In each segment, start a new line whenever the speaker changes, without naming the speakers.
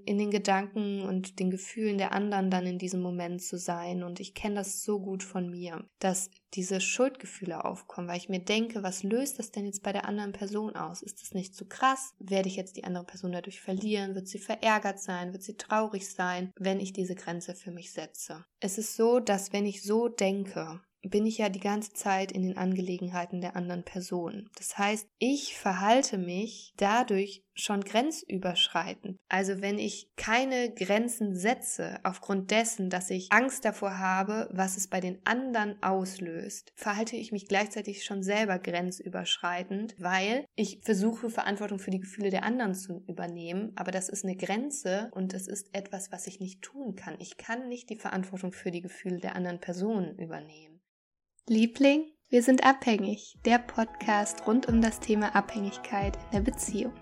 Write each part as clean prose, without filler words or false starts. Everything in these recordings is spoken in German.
in den Gedanken und den Gefühlen der anderen dann in diesem Moment zu sein. Und ich kenne das so gut von mir, dass diese Schuldgefühle aufkommen, weil ich mir denke, was löst das denn jetzt bei der anderen Person aus? Ist das nicht zu krass? Werde ich jetzt die andere Person dadurch verlieren? Wird sie verärgert sein? Wird sie traurig sein, wenn ich diese Grenze für mich setze? Es ist so, dass wenn ich so denke, bin ich ja die ganze Zeit in den Angelegenheiten der anderen Person. Das heißt, ich verhalte mich dadurch schon grenzüberschreitend. Also wenn ich keine Grenzen setze, aufgrund dessen, dass ich Angst davor habe, was es bei den anderen auslöst, verhalte ich mich gleichzeitig schon selber grenzüberschreitend, weil ich versuche, Verantwortung für die Gefühle der anderen zu übernehmen, aber das ist eine Grenze und es ist etwas, was ich nicht tun kann. Ich kann nicht die Verantwortung für die Gefühle der anderen Personen übernehmen. Liebling, wir sind abhängig. Der Podcast rund um das Thema Abhängigkeit in der Beziehung.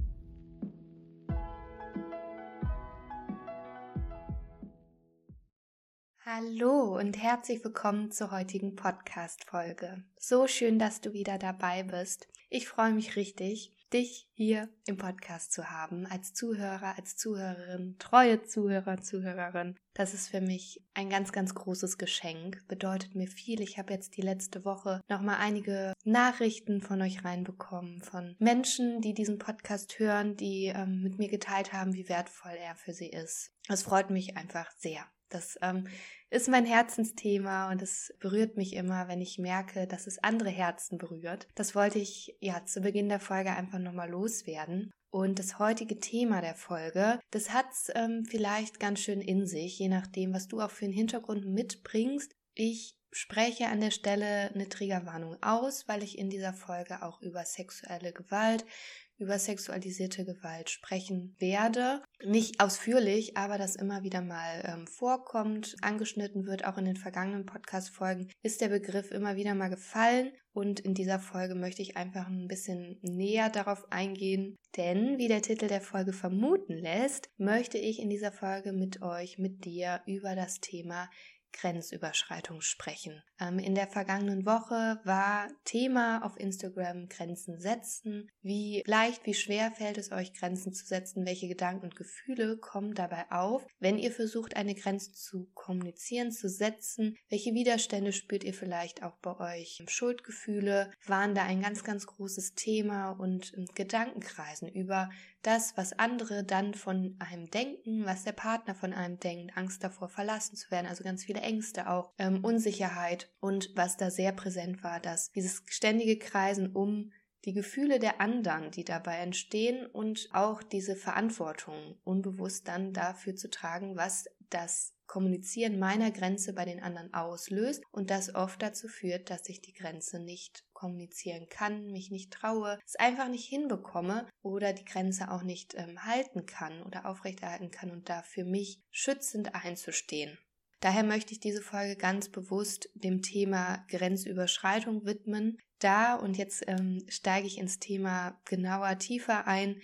Hallo und herzlich willkommen zur heutigen Podcast-Folge. So schön, dass du wieder dabei bist. Ich freue mich richtig, dich hier im Podcast zu haben, als Zuhörer, als Zuhörerin, treue Zuhörer, Zuhörerin. Das ist für mich ein ganz, ganz großes Geschenk, bedeutet mir viel. Ich habe jetzt die letzte Woche nochmal einige Nachrichten von euch reinbekommen, von Menschen, die diesen Podcast hören, die mit mir geteilt haben, wie wertvoll er für sie ist. Das freut mich einfach sehr. Das ist mein Herzensthema und es berührt mich immer, wenn ich merke, dass es andere Herzen berührt. Das wollte ich ja zu Beginn der Folge einfach nochmal loswerden. Und das heutige Thema der Folge, das hat es vielleicht ganz schön in sich, je nachdem, was du auch für einen Hintergrund mitbringst. Ich spreche an der Stelle eine Triggerwarnung aus, weil ich in dieser Folge auch über sexuelle Gewalt, über sexualisierte Gewalt sprechen werde. Nicht ausführlich, aber das immer wieder mal vorkommt, angeschnitten wird, auch in den vergangenen Podcast-Folgen, ist der Begriff immer wieder mal gefallen. Und in dieser Folge möchte ich einfach ein bisschen näher darauf eingehen, denn wie der Titel der Folge vermuten lässt, möchte ich in dieser Folge mit dir über das Thema Grenzüberschreitung sprechen. In der vergangenen Woche war Thema auf Instagram Grenzen setzen. Wie leicht, wie schwer fällt es euch, Grenzen zu setzen? Welche Gedanken und Gefühle kommen dabei auf, wenn ihr versucht, eine Grenze zu kommunizieren, zu setzen? Welche Widerstände spürt ihr vielleicht auch bei euch? Schuldgefühle waren da ein ganz, ganz großes Thema und Gedankenkreisen über das, was andere dann von einem denken, was der Partner von einem denkt, Angst davor, verlassen zu werden, also ganz viele Ängste auch, Unsicherheit und was da sehr präsent war, dass dieses ständige Kreisen um die Gefühle der anderen, die dabei entstehen und auch diese Verantwortung unbewusst dann dafür zu tragen, was das Kommunizieren meiner Grenze bei den anderen auslöst und das oft dazu führt, dass ich die Grenze nicht kommunizieren kann, mich nicht traue, es einfach nicht hinbekomme oder die Grenze auch nicht halten kann oder aufrechterhalten kann und da für mich schützend einzustehen. Daher möchte ich diese Folge ganz bewusst dem Thema Grenzüberschreitung widmen. Da, und jetzt steige ich ins Thema genauer tiefer ein,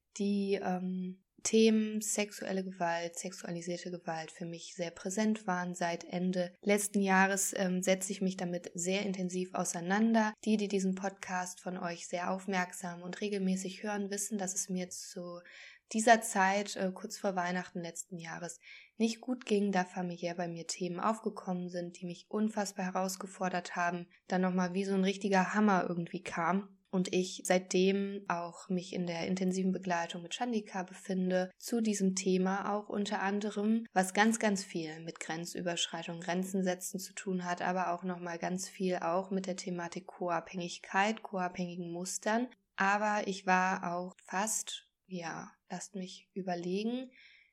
die Themen sexuelle Gewalt, sexualisierte Gewalt für mich sehr präsent waren. Seit Ende letzten Jahres setze ich mich damit sehr intensiv auseinander. Die diesen Podcast von euch sehr aufmerksam und regelmäßig hören, wissen, dass es mir zu dieser Zeit, kurz vor Weihnachten letzten Jahres, nicht gut ging, da familiär bei mir Themen aufgekommen sind, die mich unfassbar herausgefordert haben, dann nochmal wie so ein richtiger Hammer irgendwie kam. Und ich seitdem auch mich in der intensiven Begleitung mit Chandika befinde, zu diesem Thema auch unter anderem, was ganz, ganz viel mit Grenzüberschreitung, Grenzen setzen zu tun hat, aber auch nochmal ganz viel auch mit der Thematik Co-Abhängigkeit, co-abhängigen Mustern. Aber ich war auch fast, lasst mich überlegen,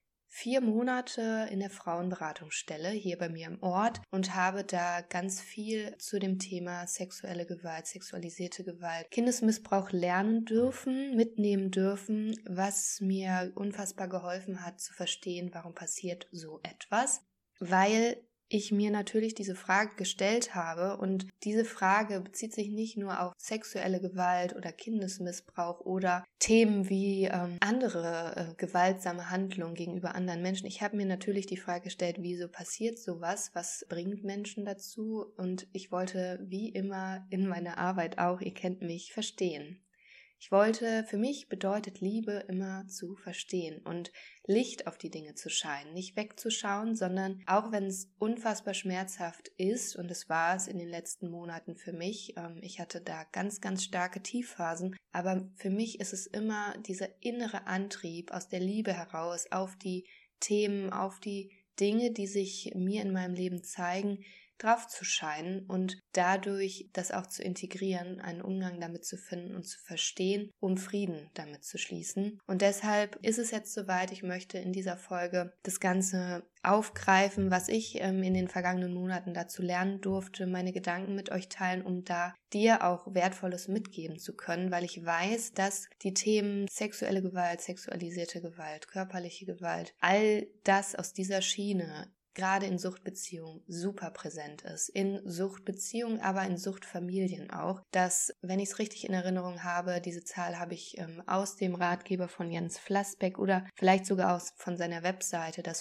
4 Monate in der Frauenberatungsstelle hier bei mir im Ort und habe da ganz viel zu dem Thema sexuelle Gewalt, sexualisierte Gewalt, Kindesmissbrauch lernen dürfen, mitnehmen dürfen, was mir unfassbar geholfen hat zu verstehen, warum passiert so etwas, weil ich mir natürlich diese Frage gestellt habe und diese Frage bezieht sich nicht nur auf sexuelle Gewalt oder Kindesmissbrauch oder Themen wie andere gewaltsame Handlungen gegenüber anderen Menschen. Ich habe mir natürlich die Frage gestellt, wieso passiert sowas? Was bringt Menschen dazu? Und ich wollte wie immer in meiner Arbeit auch, ihr kennt mich, verstehen. für mich bedeutet Liebe immer zu verstehen und Licht auf die Dinge zu scheinen, nicht wegzuschauen, sondern auch wenn es unfassbar schmerzhaft ist, und es war es in den letzten Monaten für mich, ich hatte da ganz, ganz starke Tiefphasen, aber für mich ist es immer dieser innere Antrieb aus der Liebe heraus auf die Themen, auf die Dinge, die sich mir in meinem Leben zeigen, drauf zu scheinen und dadurch das auch zu integrieren, einen Umgang damit zu finden und zu verstehen, um Frieden damit zu schließen. Und deshalb ist es jetzt soweit, ich möchte in dieser Folge das Ganze aufgreifen, was ich in den vergangenen Monaten dazu lernen durfte, meine Gedanken mit euch teilen, um da dir auch Wertvolles mitgeben zu können, weil ich weiß, dass die Themen sexuelle Gewalt, sexualisierte Gewalt, körperliche Gewalt, all das aus dieser Schiene gerade in Suchtbeziehungen super präsent ist. In Suchtbeziehungen, aber in Suchtfamilien auch. Dass, wenn ich es richtig in Erinnerung habe, diese Zahl habe ich aus dem Ratgeber von Jens Flassbeck oder vielleicht sogar von seiner Webseite, dass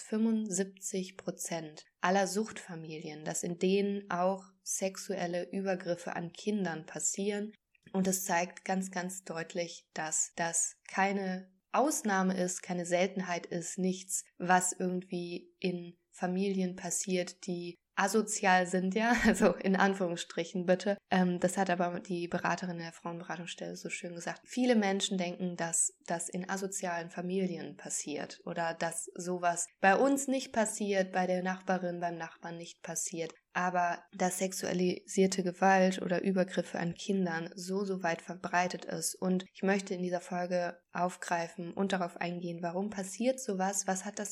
75% aller Suchtfamilien, dass in denen auch sexuelle Übergriffe an Kindern passieren. Und es zeigt ganz, ganz deutlich, dass das keine Ausnahme ist, keine Seltenheit ist, nichts, was irgendwie in Familien passiert, die asozial sind, ja, also in Anführungsstrichen bitte. Das hat aber die Beraterin der Frauenberatungsstelle so schön gesagt. Viele Menschen denken, dass das in asozialen Familien passiert oder dass sowas bei uns nicht passiert, bei der Nachbarin, beim Nachbarn nicht passiert. Aber dass sexualisierte Gewalt oder Übergriffe an Kindern so weit verbreitet ist. Und ich möchte in dieser Folge aufgreifen und darauf eingehen, warum passiert sowas, was hat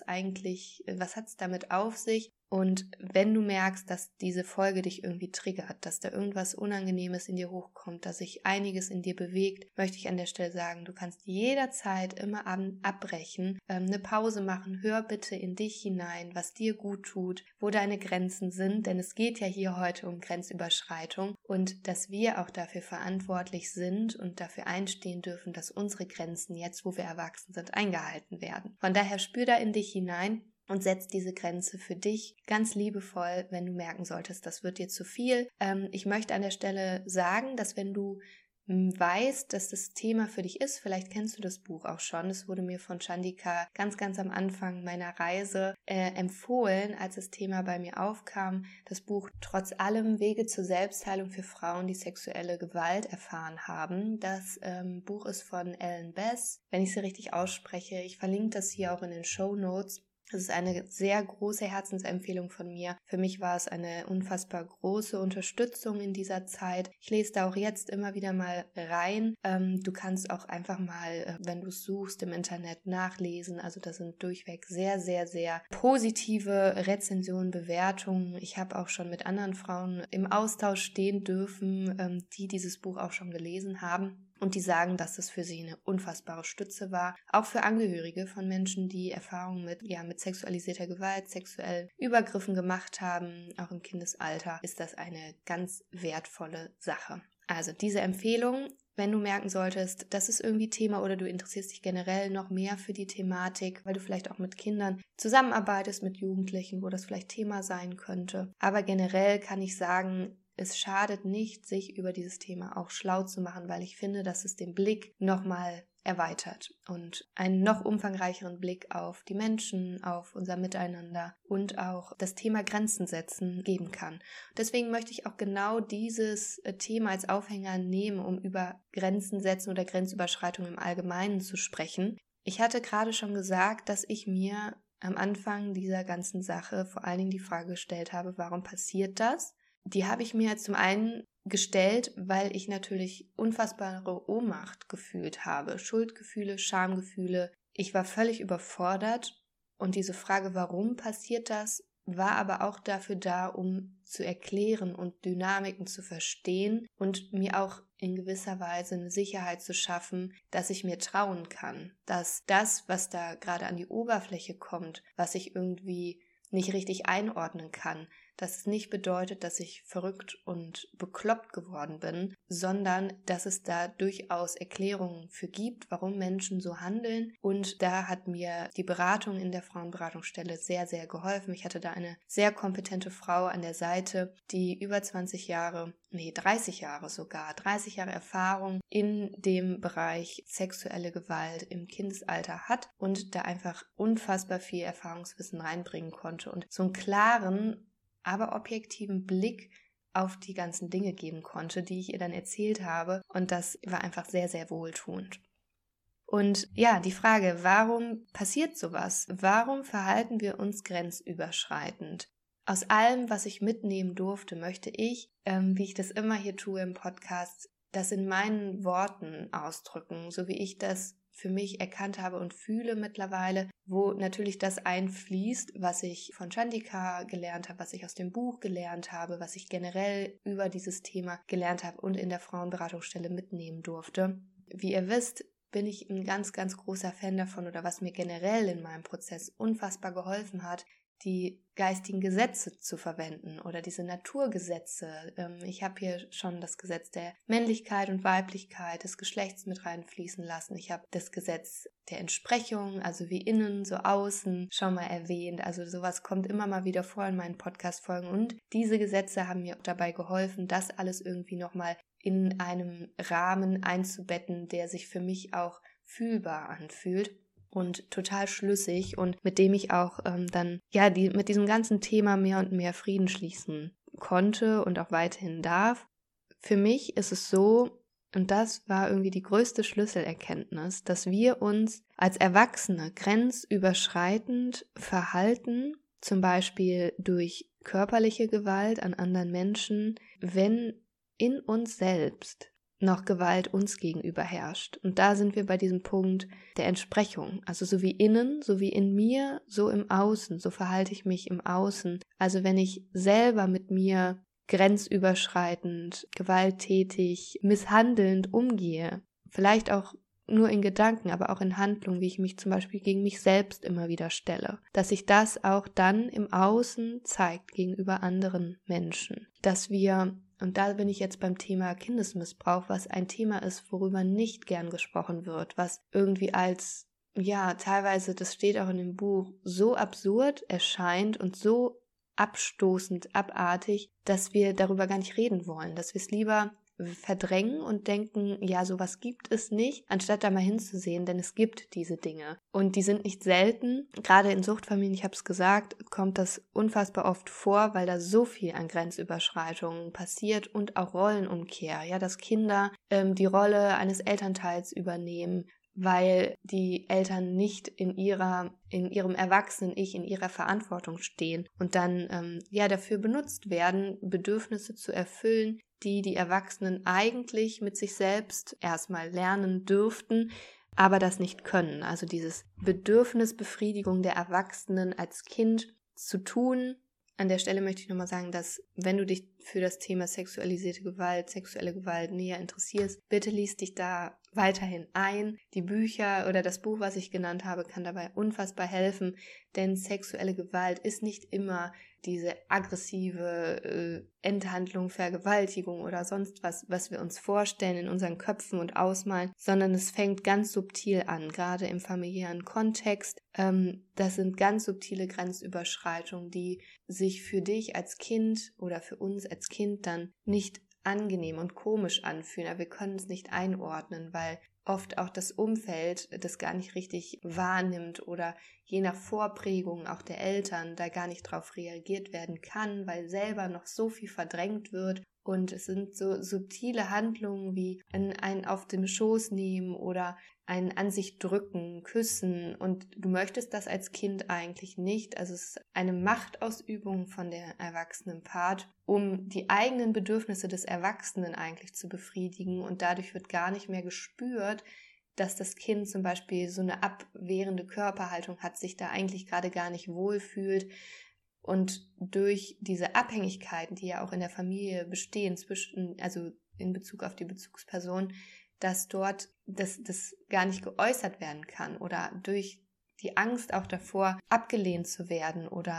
es damit auf sich? Und wenn du merkst, dass diese Folge dich irgendwie triggert, dass da irgendwas Unangenehmes in dir hochkommt, dass sich einiges in dir bewegt, möchte ich an der Stelle sagen, du kannst jederzeit immer abbrechen, eine Pause machen, hör bitte in dich hinein, was dir gut tut, wo deine Grenzen sind, denn es geht ja hier heute um Grenzüberschreitung und dass wir auch dafür verantwortlich sind und dafür einstehen dürfen, dass unsere Grenzen jetzt, wo wir erwachsen sind, eingehalten werden. Von daher spür da in dich hinein und setz diese Grenze für dich ganz liebevoll, wenn du merken solltest, das wird dir zu viel. Ich möchte an der Stelle sagen, dass wenn du weißt, dass das Thema für dich ist, vielleicht kennst du das Buch auch schon, es wurde mir von Chandika ganz, ganz am Anfang meiner Reise empfohlen, als das Thema bei mir aufkam, das Buch Trotz allem Wege zur Selbstheilung für Frauen, die sexuelle Gewalt erfahren haben. Das Buch ist von Ellen Bass, wenn ich sie richtig ausspreche. Ich verlinke das hier auch in den Shownotes. Das ist eine sehr große Herzensempfehlung von mir. Für mich war es eine unfassbar große Unterstützung in dieser Zeit. Ich lese da auch jetzt immer wieder mal rein. Du kannst auch einfach mal, wenn du es suchst, im Internet nachlesen. Also das sind durchweg sehr, sehr, sehr positive Rezensionen, Bewertungen. Ich habe auch schon mit anderen Frauen im Austausch stehen dürfen, die dieses Buch auch schon gelesen haben. Und die sagen, dass das für sie eine unfassbare Stütze war. Auch für Angehörige von Menschen, die Erfahrungen mit sexualisierter Gewalt, sexuellen Übergriffen gemacht haben, auch im Kindesalter, ist das eine ganz wertvolle Sache. Also diese Empfehlung, wenn du merken solltest, das ist irgendwie Thema oder du interessierst dich generell noch mehr für die Thematik, weil du vielleicht auch mit Kindern zusammenarbeitest, mit Jugendlichen, wo das vielleicht Thema sein könnte. Aber generell kann ich sagen, es schadet nicht, sich über dieses Thema auch schlau zu machen, weil ich finde, dass es den Blick nochmal erweitert und einen noch umfangreicheren Blick auf die Menschen, auf unser Miteinander und auch das Thema Grenzen setzen geben kann. Deswegen möchte ich auch genau dieses Thema als Aufhänger nehmen, um über Grenzen setzen oder Grenzüberschreitung im Allgemeinen zu sprechen. Ich hatte gerade schon gesagt, dass ich mir am Anfang dieser ganzen Sache vor allen Dingen die Frage gestellt habe, warum passiert das? Die habe ich mir zum einen gestellt, weil ich natürlich unfassbare Ohnmacht gefühlt habe. Schuldgefühle, Schamgefühle. Ich war völlig überfordert und diese Frage, warum passiert das, war aber auch dafür da, um zu erklären und Dynamiken zu verstehen und mir auch in gewisser Weise eine Sicherheit zu schaffen, dass ich mir trauen kann, dass das, was da gerade an die Oberfläche kommt, was ich irgendwie nicht richtig einordnen kann, dass es nicht bedeutet, dass ich verrückt und bekloppt geworden bin, sondern dass es da durchaus Erklärungen für gibt, warum Menschen so handeln. Und da hat mir die Beratung in der Frauenberatungsstelle sehr, sehr geholfen. Ich hatte da eine sehr kompetente Frau an der Seite, die über 30 Jahre Erfahrung in dem Bereich sexuelle Gewalt im Kindesalter hat und da einfach unfassbar viel Erfahrungswissen reinbringen konnte und so einen klaren, aber objektiven Blick auf die ganzen Dinge geben konnte, die ich ihr dann erzählt habe, und das war einfach sehr, sehr wohltuend. Und ja, die Frage, warum passiert sowas? Warum verhalten wir uns grenzüberschreitend? Aus allem, was ich mitnehmen durfte, möchte ich, wie ich das immer hier tue im Podcast, das in meinen Worten ausdrücken, so wie ich das für mich erkannt habe und fühle mittlerweile, wo natürlich das einfließt, was ich von Chandika gelernt habe, was ich aus dem Buch gelernt habe, was ich generell über dieses Thema gelernt habe und in der Frauenberatungsstelle mitnehmen durfte. Wie ihr wisst, bin ich ein ganz, ganz großer Fan davon, oder was mir generell in meinem Prozess unfassbar geholfen hat, die geistigen Gesetze zu verwenden oder diese Naturgesetze. Ich habe hier schon das Gesetz der Männlichkeit und Weiblichkeit, des Geschlechts mit reinfließen lassen. Ich habe das Gesetz der Entsprechung, also wie innen, so außen, schon mal erwähnt. Also sowas kommt immer mal wieder vor in meinen Podcast-Folgen. Und diese Gesetze haben mir dabei geholfen, das alles irgendwie nochmal in einem Rahmen einzubetten, der sich für mich auch fühlbar anfühlt und total schlüssig und mit dem ich auch mit diesem ganzen Thema mehr und mehr Frieden schließen konnte und auch weiterhin darf. Für mich ist es so, und das war irgendwie die größte Schlüsselerkenntnis, dass wir uns als Erwachsene grenzüberschreitend verhalten, zum Beispiel durch körperliche Gewalt an anderen Menschen, wenn in uns selbst noch Gewalt uns gegenüber herrscht. Und da sind wir bei diesem Punkt der Entsprechung. Also so wie innen, so wie in mir, so im Außen. So verhalte ich mich im Außen. Also wenn ich selber mit mir grenzüberschreitend, gewalttätig, misshandelnd umgehe, vielleicht auch nur in Gedanken, aber auch in Handlungen, wie ich mich zum Beispiel gegen mich selbst immer wieder stelle, dass sich das auch dann im Außen zeigt gegenüber anderen Menschen. Dass wir, und da bin ich jetzt beim Thema Kindesmissbrauch, was ein Thema ist, worüber nicht gern gesprochen wird, was irgendwie als, ja, teilweise, das steht auch in dem Buch, so absurd erscheint und so abstoßend, abartig, dass wir darüber gar nicht reden wollen, dass wir es lieber verdrängen und denken, ja, sowas gibt es nicht, anstatt da mal hinzusehen, denn es gibt diese Dinge. Und die sind nicht selten. Gerade in Suchtfamilien, ich habe es gesagt, kommt das unfassbar oft vor, weil da so viel an Grenzüberschreitungen passiert und auch Rollenumkehr, ja, dass Kinder die Rolle eines Elternteils übernehmen, weil die Eltern nicht in ihrem Erwachsenen-Ich, in ihrer Verantwortung stehen und dann dafür benutzt werden, Bedürfnisse zu erfüllen, die Erwachsenen eigentlich mit sich selbst erstmal lernen dürften, aber das nicht können. Also dieses Bedürfnisbefriedigung der Erwachsenen als Kind zu tun. An der Stelle möchte ich nochmal sagen, dass wenn du dich für das Thema sexuelle Gewalt näher interessierst, bitte lies dich da weiterhin ein. Die Bücher oder das Buch, was ich genannt habe, kann dabei unfassbar helfen, denn sexuelle Gewalt ist nicht immer diese aggressive Enthandlung, Vergewaltigung oder sonst was wir uns vorstellen in unseren Köpfen und ausmalen, sondern es fängt ganz subtil an, gerade im familiären Kontext. Das sind ganz subtile Grenzüberschreitungen, die sich für dich als Kind oder für uns als Kind dann nicht angenehm und komisch anfühlen, aber wir können es nicht einordnen, weil oft auch das Umfeld das gar nicht richtig wahrnimmt oder je nach Vorprägung auch der Eltern da gar nicht drauf reagiert werden kann, weil selber noch so viel verdrängt wird. Und es sind so subtile Handlungen wie ein auf dem Schoß nehmen oder ein an sich drücken, küssen, und du möchtest das als Kind eigentlich nicht. Also es ist eine Machtausübung von der erwachsenen Part, um die eigenen Bedürfnisse des Erwachsenen eigentlich zu befriedigen, und dadurch wird gar nicht mehr gespürt, dass das Kind zum Beispiel so eine abwehrende Körperhaltung hat, sich da eigentlich gerade gar nicht wohlfühlt. Und durch diese Abhängigkeiten, die ja auch in der Familie bestehen, also in Bezug auf die Bezugsperson, dass dort das gar nicht geäußert werden kann oder durch die Angst auch davor, abgelehnt zu werden oder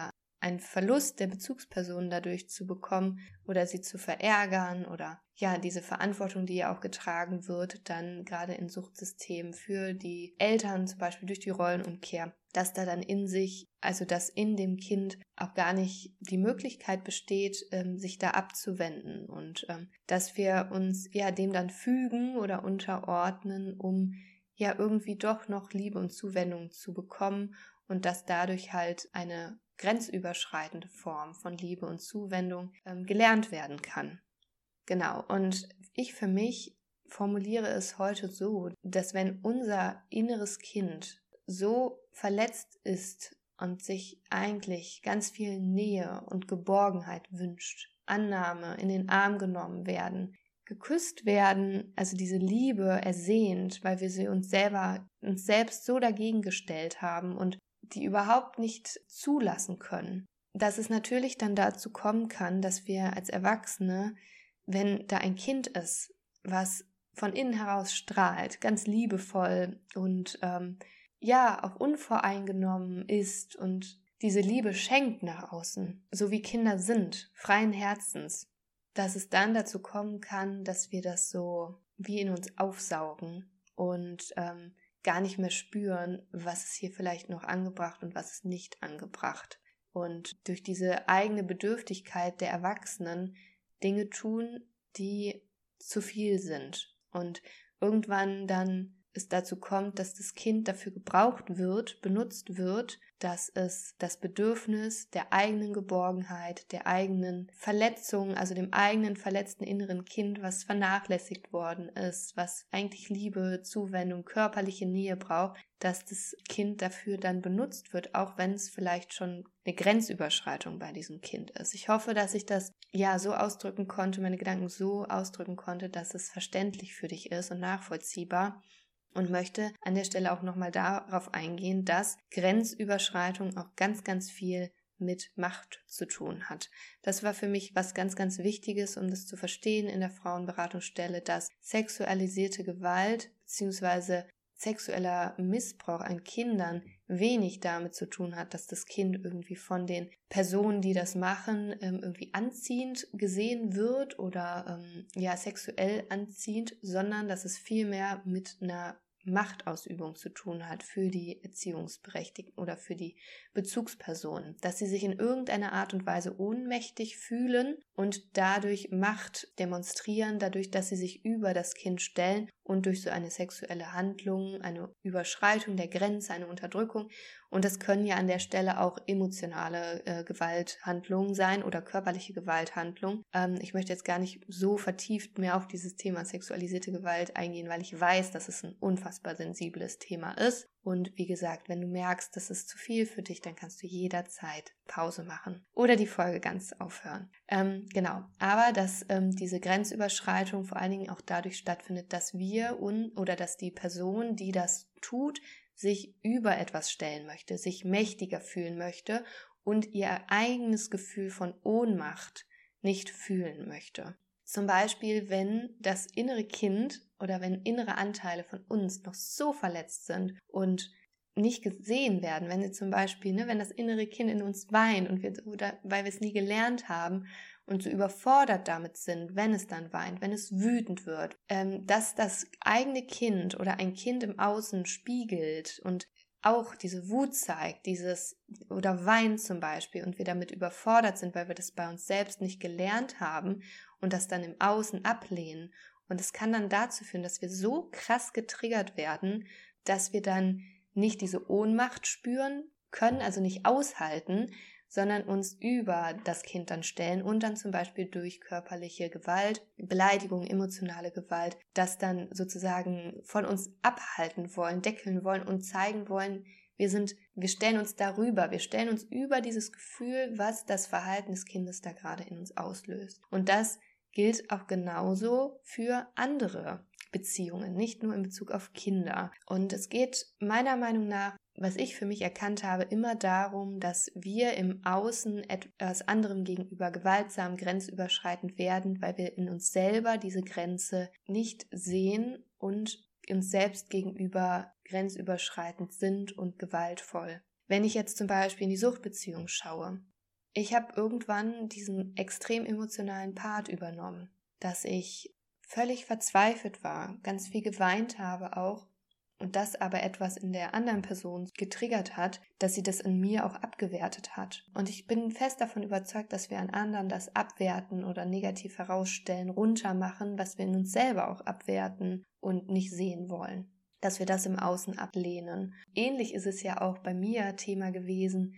einen Verlust der Bezugsperson dadurch zu bekommen oder sie zu verärgern oder ja, diese Verantwortung, die ja auch getragen wird, dann gerade in Suchtsystemen für die Eltern, zum Beispiel durch die Rollenumkehr, dass da dann in sich, also dass in dem Kind auch gar nicht die Möglichkeit besteht, sich da abzuwenden und dass wir uns ja dem dann fügen oder unterordnen, um ja irgendwie doch noch Liebe und Zuwendung zu bekommen und dass dadurch halt eine grenzüberschreitende Form von Liebe und Zuwendung gelernt werden kann. Genau, und ich für mich formuliere es heute so, dass wenn unser inneres Kind so verletzt ist und sich eigentlich ganz viel Nähe und Geborgenheit wünscht, Annahme, in den Arm genommen werden, geküsst werden, also diese Liebe ersehnt, weil wir sie uns selbst so dagegen gestellt haben und die überhaupt nicht zulassen können, dass es natürlich dann dazu kommen kann, dass wir als Erwachsene, wenn da ein Kind ist, was von innen heraus strahlt, ganz liebevoll und ja, auch unvoreingenommen ist und diese Liebe schenkt nach außen, so wie Kinder sind, freien Herzens, dass es dann dazu kommen kann, dass wir das so wie in uns aufsaugen und gar nicht mehr spüren, was ist hier vielleicht noch angebracht und was ist nicht angebracht. Und durch diese eigene Bedürftigkeit der Erwachsenen Dinge tun, die zu viel sind. Und irgendwann dann es dazu kommt, dass das Kind dafür gebraucht wird, benutzt wird, dass es das Bedürfnis der eigenen Geborgenheit, der eigenen Verletzung, also dem eigenen verletzten inneren Kind, was vernachlässigt worden ist, was eigentlich Liebe, Zuwendung, körperliche Nähe braucht, dass das Kind dafür dann benutzt wird, auch wenn es vielleicht schon eine Grenzüberschreitung bei diesem Kind ist. Ich hoffe, dass ich das ja so ausdrücken konnte, meine Gedanken so ausdrücken konnte, dass es verständlich für dich ist und nachvollziehbar. Und möchte an der Stelle auch nochmal darauf eingehen, dass Grenzüberschreitung auch ganz, ganz viel mit Macht zu tun hat. Das war für mich was ganz, ganz Wichtiges, um das zu verstehen in der Frauenberatungsstelle, dass sexualisierte Gewalt bzw. sexueller Missbrauch an Kindern wenig damit zu tun hat, dass das Kind irgendwie von den Personen, die das machen, irgendwie anziehend gesehen wird oder ja sexuell anziehend, sondern dass es vielmehr mit einer Machtausübung zu tun hat für die Erziehungsberechtigten oder für die Bezugspersonen, dass sie sich in irgendeiner Art und Weise ohnmächtig fühlen und dadurch Macht demonstrieren, dadurch, dass sie sich über das Kind stellen und durch so eine sexuelle Handlung, eine Überschreitung der Grenze, eine Unterdrückung. Und das können ja an der Stelle auch emotionale Gewalthandlungen sein oder körperliche Gewalthandlungen. Ich möchte jetzt gar nicht so vertieft mehr auf dieses Thema sexualisierte Gewalt eingehen, weil ich weiß, dass es ein unfassbar sensibles Thema ist. Und wie gesagt, wenn du merkst, das ist zu viel für dich, dann kannst du jederzeit Pause machen oder die Folge ganz aufhören. Genau, aber dass diese Grenzüberschreitung vor allen Dingen auch dadurch stattfindet, dass wir oder dass die Person, die das tut, sich über etwas stellen möchte, sich mächtiger fühlen möchte und ihr eigenes Gefühl von Ohnmacht nicht fühlen möchte. Zum Beispiel, wenn das innere Kind oder wenn innere Anteile von uns noch so verletzt sind und nicht gesehen werden, wenn sie zum Beispiel, wenn das innere Kind in uns weint oder weil wir es nie gelernt haben und so überfordert damit sind, wenn es dann weint, wenn es wütend wird, dass das eigene Kind oder ein Kind im Außen spiegelt und auch diese Wut zeigt, oder weint zum Beispiel und wir damit überfordert sind, weil wir das bei uns selbst nicht gelernt haben und das dann im Außen ablehnen. Und es kann dann dazu führen, dass wir so krass getriggert werden, dass wir dann nicht diese Ohnmacht spüren können, also nicht aushalten, sondern uns über das Kind dann stellen und dann zum Beispiel durch körperliche Gewalt, Beleidigung, emotionale Gewalt, das dann sozusagen von uns abhalten wollen, deckeln wollen und zeigen wollen, wir stellen uns darüber, wir stellen uns über dieses Gefühl, was das Verhalten des Kindes da gerade in uns auslöst. Und das gilt auch genauso für andere Beziehungen, nicht nur in Bezug auf Kinder. Und es geht meiner Meinung nach, was ich für mich erkannt habe, immer darum, dass wir im Außen etwas anderem gegenüber gewaltsam, grenzüberschreitend werden, weil wir in uns selber diese Grenze nicht sehen und uns selbst gegenüber grenzüberschreitend sind und gewaltvoll. Wenn ich jetzt zum Beispiel in die Suchtbeziehung schaue, ich habe irgendwann diesen extrem emotionalen Part übernommen, dass ich völlig verzweifelt war, ganz viel geweint habe auch und das aber etwas in der anderen Person getriggert hat, dass sie das in mir auch abgewertet hat. Und ich bin fest davon überzeugt, dass wir an anderen das abwerten oder negativ herausstellen, runtermachen, was wir in uns selber auch abwerten und nicht sehen wollen. Dass wir das im Außen ablehnen. Ähnlich ist es ja auch bei mir Thema gewesen,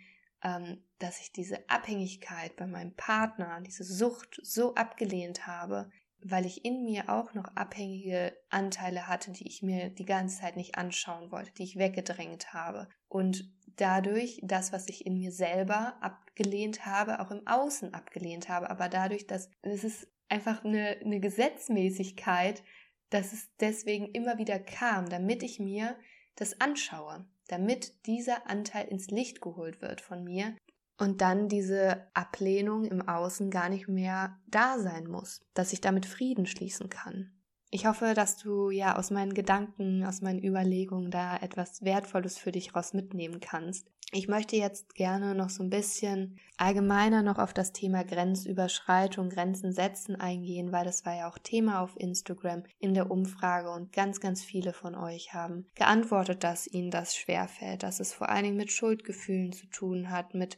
dass ich diese Abhängigkeit bei meinem Partner, diese Sucht so abgelehnt habe, weil ich in mir auch noch abhängige Anteile hatte, die ich mir die ganze Zeit nicht anschauen wollte, die ich weggedrängt habe. Und dadurch das, was ich in mir selber abgelehnt habe, auch im Außen abgelehnt habe. Aber dadurch, dass es ist einfach eine Gesetzmäßigkeit, dass es deswegen immer wieder kam, damit ich mir das anschaue, damit dieser Anteil ins Licht geholt wird von mir und dann diese Ablehnung im Außen gar nicht mehr da sein muss, dass ich damit Frieden schließen kann. Ich hoffe, dass du ja aus meinen Gedanken, aus meinen Überlegungen da etwas Wertvolles für dich raus mitnehmen kannst. Ich möchte jetzt gerne noch so ein bisschen allgemeiner noch auf das Thema Grenzüberschreitung, Grenzen setzen eingehen, weil das war ja auch Thema auf Instagram in der Umfrage und ganz, ganz viele von euch haben geantwortet, dass ihnen das schwerfällt, dass es vor allen Dingen mit Schuldgefühlen zu tun hat, mit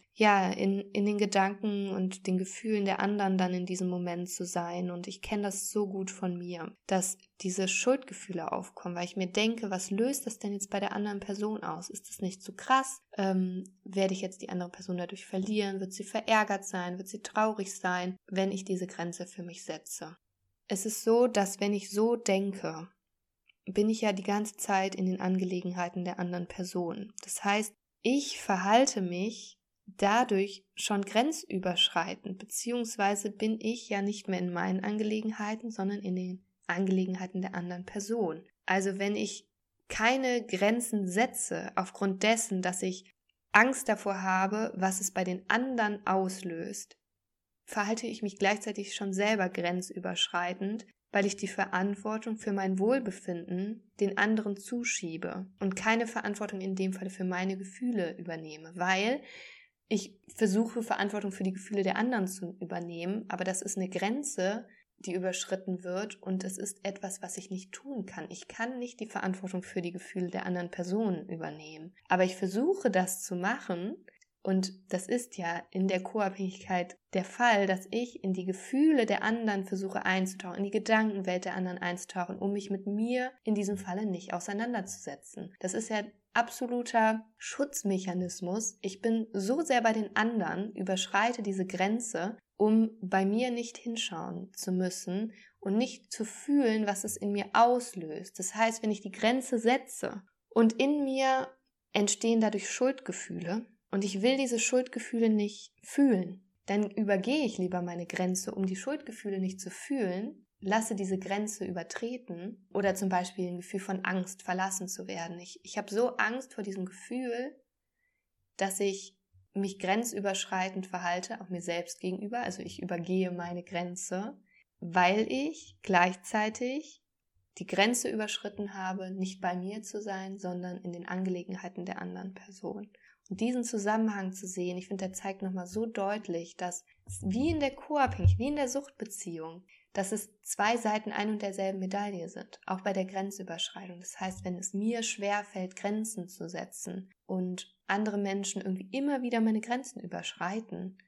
in den Gedanken und den Gefühlen der anderen dann in diesem Moment zu sein. Und ich kenne das so gut von mir, dass diese Schuldgefühle aufkommen, weil ich mir denke, was löst das denn jetzt bei der anderen Person aus? Ist das nicht zu krass? Werde ich jetzt die andere Person dadurch verlieren? Wird sie verärgert sein? Wird sie traurig sein, wenn ich diese Grenze für mich setze? Es ist so, dass wenn ich so denke, bin ich ja die ganze Zeit in den Angelegenheiten der anderen Person. Das heißt, ich verhalte mich dadurch schon grenzüberschreitend, beziehungsweise bin ich ja nicht mehr in meinen Angelegenheiten, sondern in den Angelegenheiten der anderen Person. Also wenn ich keine Grenzen setze, aufgrund dessen, dass ich Angst davor habe, was es bei den anderen auslöst, verhalte ich mich gleichzeitig schon selber grenzüberschreitend, weil ich die Verantwortung für mein Wohlbefinden den anderen zuschiebe und keine Verantwortung in dem Fall für meine Gefühle übernehme, weil ich versuche, Verantwortung für die Gefühle der anderen zu übernehmen, aber das ist eine Grenze, die überschritten wird und es ist etwas, was ich nicht tun kann. Ich kann nicht die Verantwortung für die Gefühle der anderen Personen übernehmen, aber ich versuche das zu machen und das ist ja in der Co-Abhängigkeit der Fall, dass ich in die Gefühle der anderen versuche einzutauchen, in die Gedankenwelt der anderen einzutauchen, um mich mit mir in diesem Falle nicht auseinanderzusetzen. Das ist ja absoluter Schutzmechanismus. Ich bin so sehr bei den anderen, überschreite diese Grenze, um bei mir nicht hinschauen zu müssen und nicht zu fühlen, was es in mir auslöst. Das heißt, wenn ich die Grenze setze und in mir entstehen dadurch Schuldgefühle und ich will diese Schuldgefühle nicht fühlen, dann übergehe ich lieber meine Grenze, um die Schuldgefühle nicht zu fühlen, lasse diese Grenze übertreten oder zum Beispiel ein Gefühl von Angst, verlassen zu werden. Ich habe so Angst vor diesem Gefühl, dass ich mich grenzüberschreitend verhalte, auch mir selbst gegenüber, also ich übergehe meine Grenze, weil ich gleichzeitig die Grenze überschritten habe, nicht bei mir zu sein, sondern in den Angelegenheiten der anderen Person. Und diesen Zusammenhang zu sehen, ich finde, der zeigt nochmal so deutlich, dass wie in der Co-Abhängigkeit, wie in der Suchtbeziehung, dass es zwei Seiten ein und derselben Medaille sind, auch bei der Grenzüberschreitung. Das heißt, wenn es mir schwerfällt, Grenzen zu setzen und andere Menschen irgendwie immer wieder meine Grenzen überschreiten,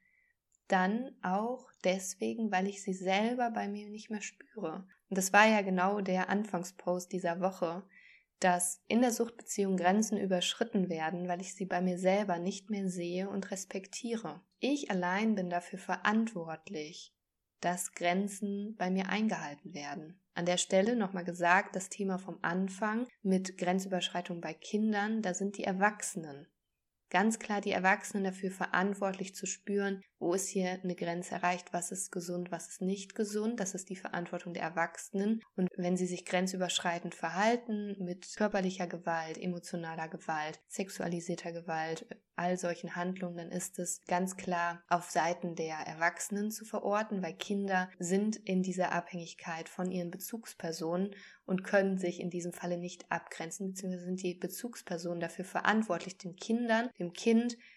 dann auch deswegen, weil ich sie selber bei mir nicht mehr spüre. Und das war ja genau der Anfangspost dieser Woche, dass in der Suchtbeziehung Grenzen überschritten werden, weil ich sie bei mir selber nicht mehr sehe und respektiere. Ich allein bin dafür verantwortlich, dass Grenzen bei mir eingehalten werden. An der Stelle nochmal gesagt, das Thema vom Anfang mit Grenzüberschreitung bei Kindern, da sind die Erwachsenen. Ganz klar die Erwachsenen dafür verantwortlich zu spüren, wo ist hier eine Grenze erreicht, was ist gesund, was ist nicht gesund. Das ist die Verantwortung der Erwachsenen. Und wenn sie sich grenzüberschreitend verhalten mit körperlicher Gewalt, emotionaler Gewalt, sexualisierter Gewalt, all solchen Handlungen, dann ist es ganz klar auf Seiten der Erwachsenen zu verorten, weil Kinder sind in dieser Abhängigkeit von ihren Bezugspersonen und können sich in diesem Falle nicht abgrenzen, beziehungsweise sind die Bezugspersonen dafür verantwortlich, den Kindern, dem Kind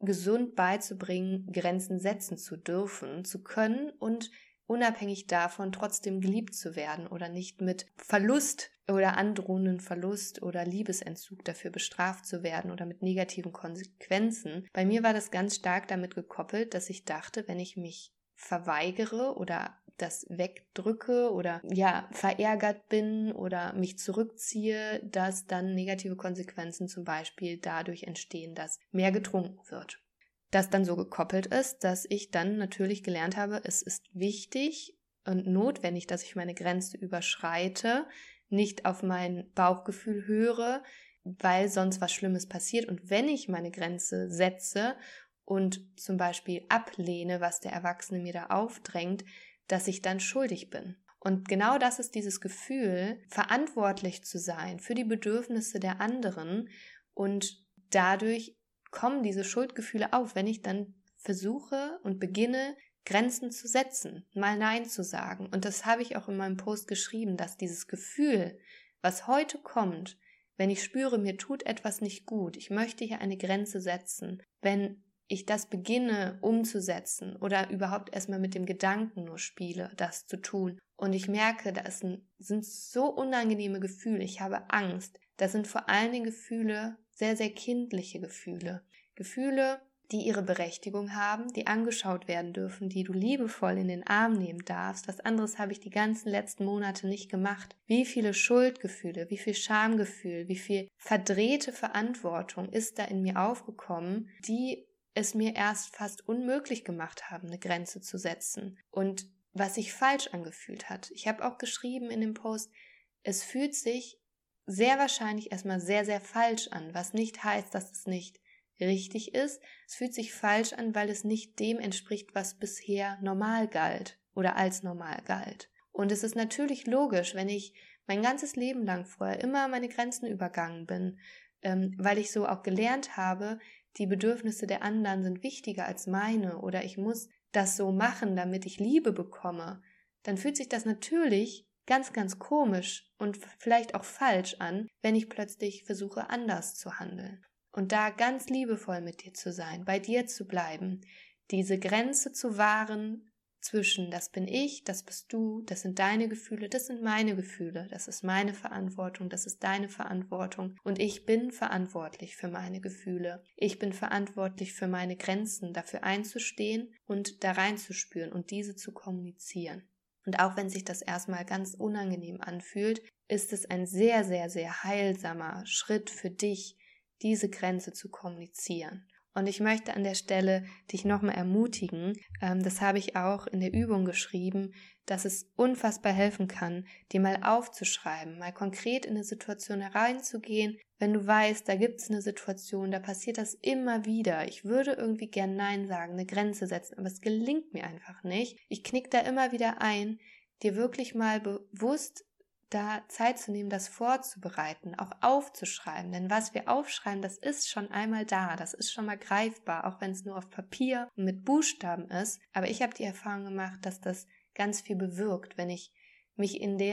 gesund beizubringen, Grenzen setzen zu dürfen, zu können und unabhängig davon trotzdem geliebt zu werden oder nicht mit Verlust oder androhenden Verlust oder Liebesentzug dafür bestraft zu werden oder mit negativen Konsequenzen. Bei mir war das ganz stark damit gekoppelt, dass ich dachte, wenn ich mich verweigere oder das wegdrücke oder verärgert bin oder mich zurückziehe, dass dann negative Konsequenzen zum Beispiel dadurch entstehen, dass mehr getrunken wird. Das dann so gekoppelt ist, dass ich dann natürlich gelernt habe, es ist wichtig und notwendig, dass ich meine Grenze überschreite, nicht auf mein Bauchgefühl höre, weil sonst was Schlimmes passiert. Und wenn ich meine Grenze setze und zum Beispiel ablehne, was der Erwachsene mir da aufdrängt, dass ich dann schuldig bin. Und genau das ist dieses Gefühl, verantwortlich zu sein für die Bedürfnisse der anderen, und dadurch kommen diese Schuldgefühle auf, wenn ich dann versuche und beginne, Grenzen zu setzen, mal Nein zu sagen. Und das habe ich auch in meinem Post geschrieben, dass dieses Gefühl, was heute kommt, wenn ich spüre, mir tut etwas nicht gut, ich möchte hier eine Grenze setzen, wenn ich das beginne umzusetzen oder überhaupt erstmal mit dem Gedanken nur spiele, das zu tun, und ich merke, das sind so unangenehme Gefühle, ich habe Angst, das sind vor allen Dingen Gefühle, sehr, sehr kindliche Gefühle. Gefühle, die ihre Berechtigung haben, die angeschaut werden dürfen, die du liebevoll in den Arm nehmen darfst. Was anderes habe ich die ganzen letzten Monate nicht gemacht. Wie viele Schuldgefühle, wie viel Schamgefühl, wie viel verdrehte Verantwortung ist da in mir aufgekommen, die es mir erst fast unmöglich gemacht haben, eine Grenze zu setzen. Und was sich falsch angefühlt hat. Ich habe auch geschrieben in dem Post, es fühlt sich sehr wahrscheinlich erstmal sehr, sehr falsch an, was nicht heißt, dass es nicht richtig ist. Es fühlt sich falsch an, weil es nicht dem entspricht, was bisher normal galt oder als normal galt. Und es ist natürlich logisch, wenn ich mein ganzes Leben lang vorher immer meine Grenzen übergangen bin, weil ich so auch gelernt habe, die Bedürfnisse der anderen sind wichtiger als meine oder ich muss das so machen, damit ich Liebe bekomme, dann fühlt sich das natürlich ganz, ganz komisch und vielleicht auch falsch an, wenn ich plötzlich versuche, anders zu handeln. Und da ganz liebevoll mit dir zu sein, bei dir zu bleiben, diese Grenze zu wahren zwischen, das bin ich, das bist du, das sind deine Gefühle, das sind meine Gefühle, das ist meine Verantwortung, das ist deine Verantwortung und ich bin verantwortlich für meine Gefühle. Ich bin verantwortlich für meine Grenzen, dafür einzustehen und da reinzuspüren und diese zu kommunizieren. Und auch wenn sich das erstmal ganz unangenehm anfühlt, ist es ein sehr, sehr, sehr heilsamer Schritt für dich, diese Grenze zu kommunizieren. Und ich möchte an der Stelle dich nochmal ermutigen, das habe ich auch in der Übung geschrieben, dass es unfassbar helfen kann, dir mal aufzuschreiben, mal konkret in eine Situation hereinzugehen, wenn du weißt, da gibt es eine Situation, da passiert das immer wieder. Ich würde irgendwie gern Nein sagen, eine Grenze setzen, aber es gelingt mir einfach nicht. Ich knick da immer wieder ein, dir wirklich mal bewusst da Zeit zu nehmen, das vorzubereiten, auch aufzuschreiben. Denn was wir aufschreiben, das ist schon einmal da, das ist schon mal greifbar, auch wenn es nur auf Papier und mit Buchstaben ist. Aber ich habe die Erfahrung gemacht, dass das ganz viel bewirkt, wenn ich mich in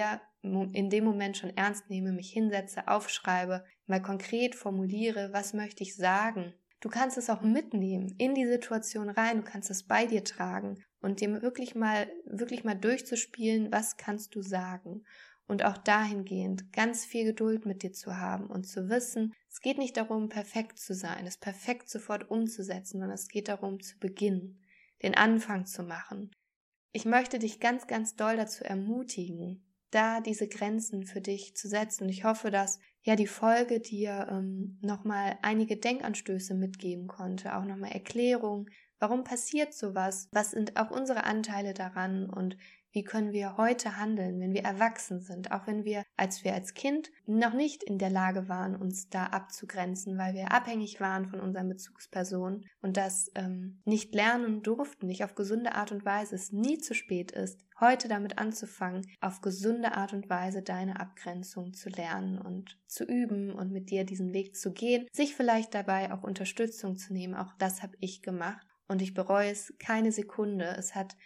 dem Moment schon ernst nehme, mich hinsetze, aufschreibe, mal konkret formuliere, was möchte ich sagen. Du kannst es auch mitnehmen in die Situation rein, du kannst es bei dir tragen und dir wirklich mal durchzuspielen, was kannst du sagen. Und auch dahingehend ganz viel Geduld mit dir zu haben und zu wissen, es geht nicht darum, perfekt zu sein, es perfekt sofort umzusetzen, sondern es geht darum, zu beginnen, den Anfang zu machen. Ich möchte dich ganz, ganz doll dazu ermutigen, da diese Grenzen für dich zu setzen. Und ich hoffe, dass die Folge dir nochmal einige Denkanstöße mitgeben konnte, auch nochmal Erklärungen, warum passiert sowas, was sind auch unsere Anteile daran und wie können wir heute handeln, wenn wir erwachsen sind, auch wenn wir als Kind noch nicht in der Lage waren, uns da abzugrenzen, weil wir abhängig waren von unseren Bezugspersonen und das nicht lernen durften, nicht auf gesunde Art und Weise, es nie zu spät ist, heute damit anzufangen, auf gesunde Art und Weise deine Abgrenzung zu lernen und zu üben und mit dir diesen Weg zu gehen, sich vielleicht dabei auch Unterstützung zu nehmen, auch das habe ich gemacht und ich bereue es keine Sekunde. Es hat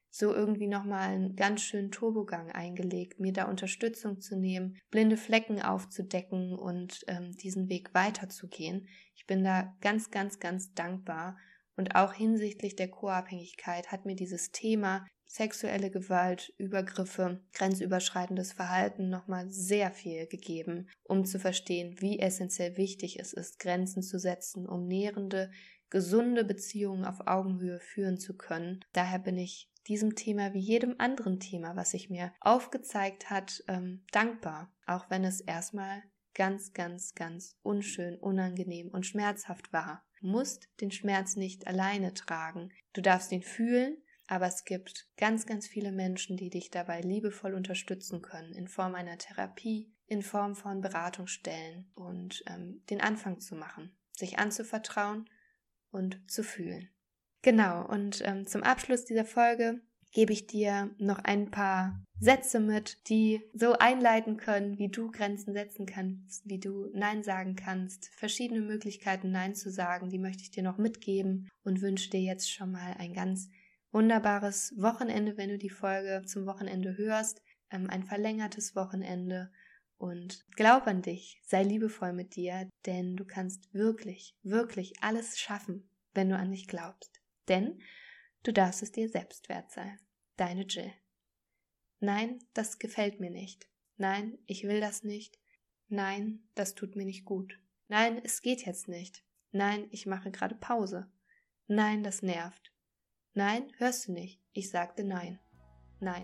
so irgendwie nochmal einen ganz schönen Turbogang eingelegt, mir da Unterstützung zu nehmen, blinde Flecken aufzudecken und diesen Weg weiterzugehen. Ich bin da ganz, ganz, ganz dankbar. Und auch hinsichtlich der Co-Abhängigkeit hat mir dieses Thema sexuelle Gewalt, Übergriffe, grenzüberschreitendes Verhalten nochmal sehr viel gegeben, um zu verstehen, wie essentiell wichtig es ist, Grenzen zu setzen, um nährende, gesunde Beziehungen auf Augenhöhe führen zu können. Daher bin ich diesem Thema wie jedem anderen Thema, was sich mir aufgezeigt hat, dankbar, auch wenn es erstmal ganz, ganz, ganz unschön, unangenehm und schmerzhaft war. Du musst den Schmerz nicht alleine tragen. Du darfst ihn fühlen, aber es gibt ganz, ganz viele Menschen, die dich dabei liebevoll unterstützen können, in Form einer Therapie, in Form von Beratungsstellen und den Anfang zu machen, sich anzuvertrauen und zu fühlen. Genau, und zum Abschluss dieser Folge gebe ich dir noch ein paar Sätze mit, die so einleiten können, wie du Grenzen setzen kannst, wie du Nein sagen kannst. Verschiedene Möglichkeiten, Nein zu sagen, die möchte ich dir noch mitgeben und wünsche dir jetzt schon mal ein ganz wunderbares Wochenende, wenn du die Folge zum Wochenende hörst, ein verlängertes Wochenende und glaub an dich, sei liebevoll mit dir, denn du kannst wirklich, wirklich alles schaffen, wenn du an dich glaubst. Denn du darfst es dir selbst wert sein. Deine Jill. Nein, das gefällt mir nicht. Nein, ich will das nicht. Nein, das tut mir nicht gut. Nein, es geht jetzt nicht. Nein, ich mache gerade Pause. Nein, das nervt. Nein, hörst du nicht. Ich sagte nein. Nein.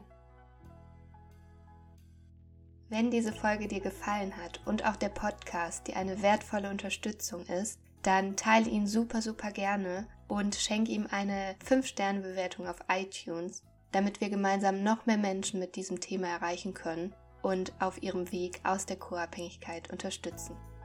Wenn diese Folge dir gefallen hat und auch der Podcast dir eine wertvolle Unterstützung ist, dann teile ihn super, super gerne und schenk ihm eine 5-Sterne-Bewertung auf iTunes, damit wir gemeinsam noch mehr Menschen mit diesem Thema erreichen können und auf ihrem Weg aus der Co-Abhängigkeit unterstützen.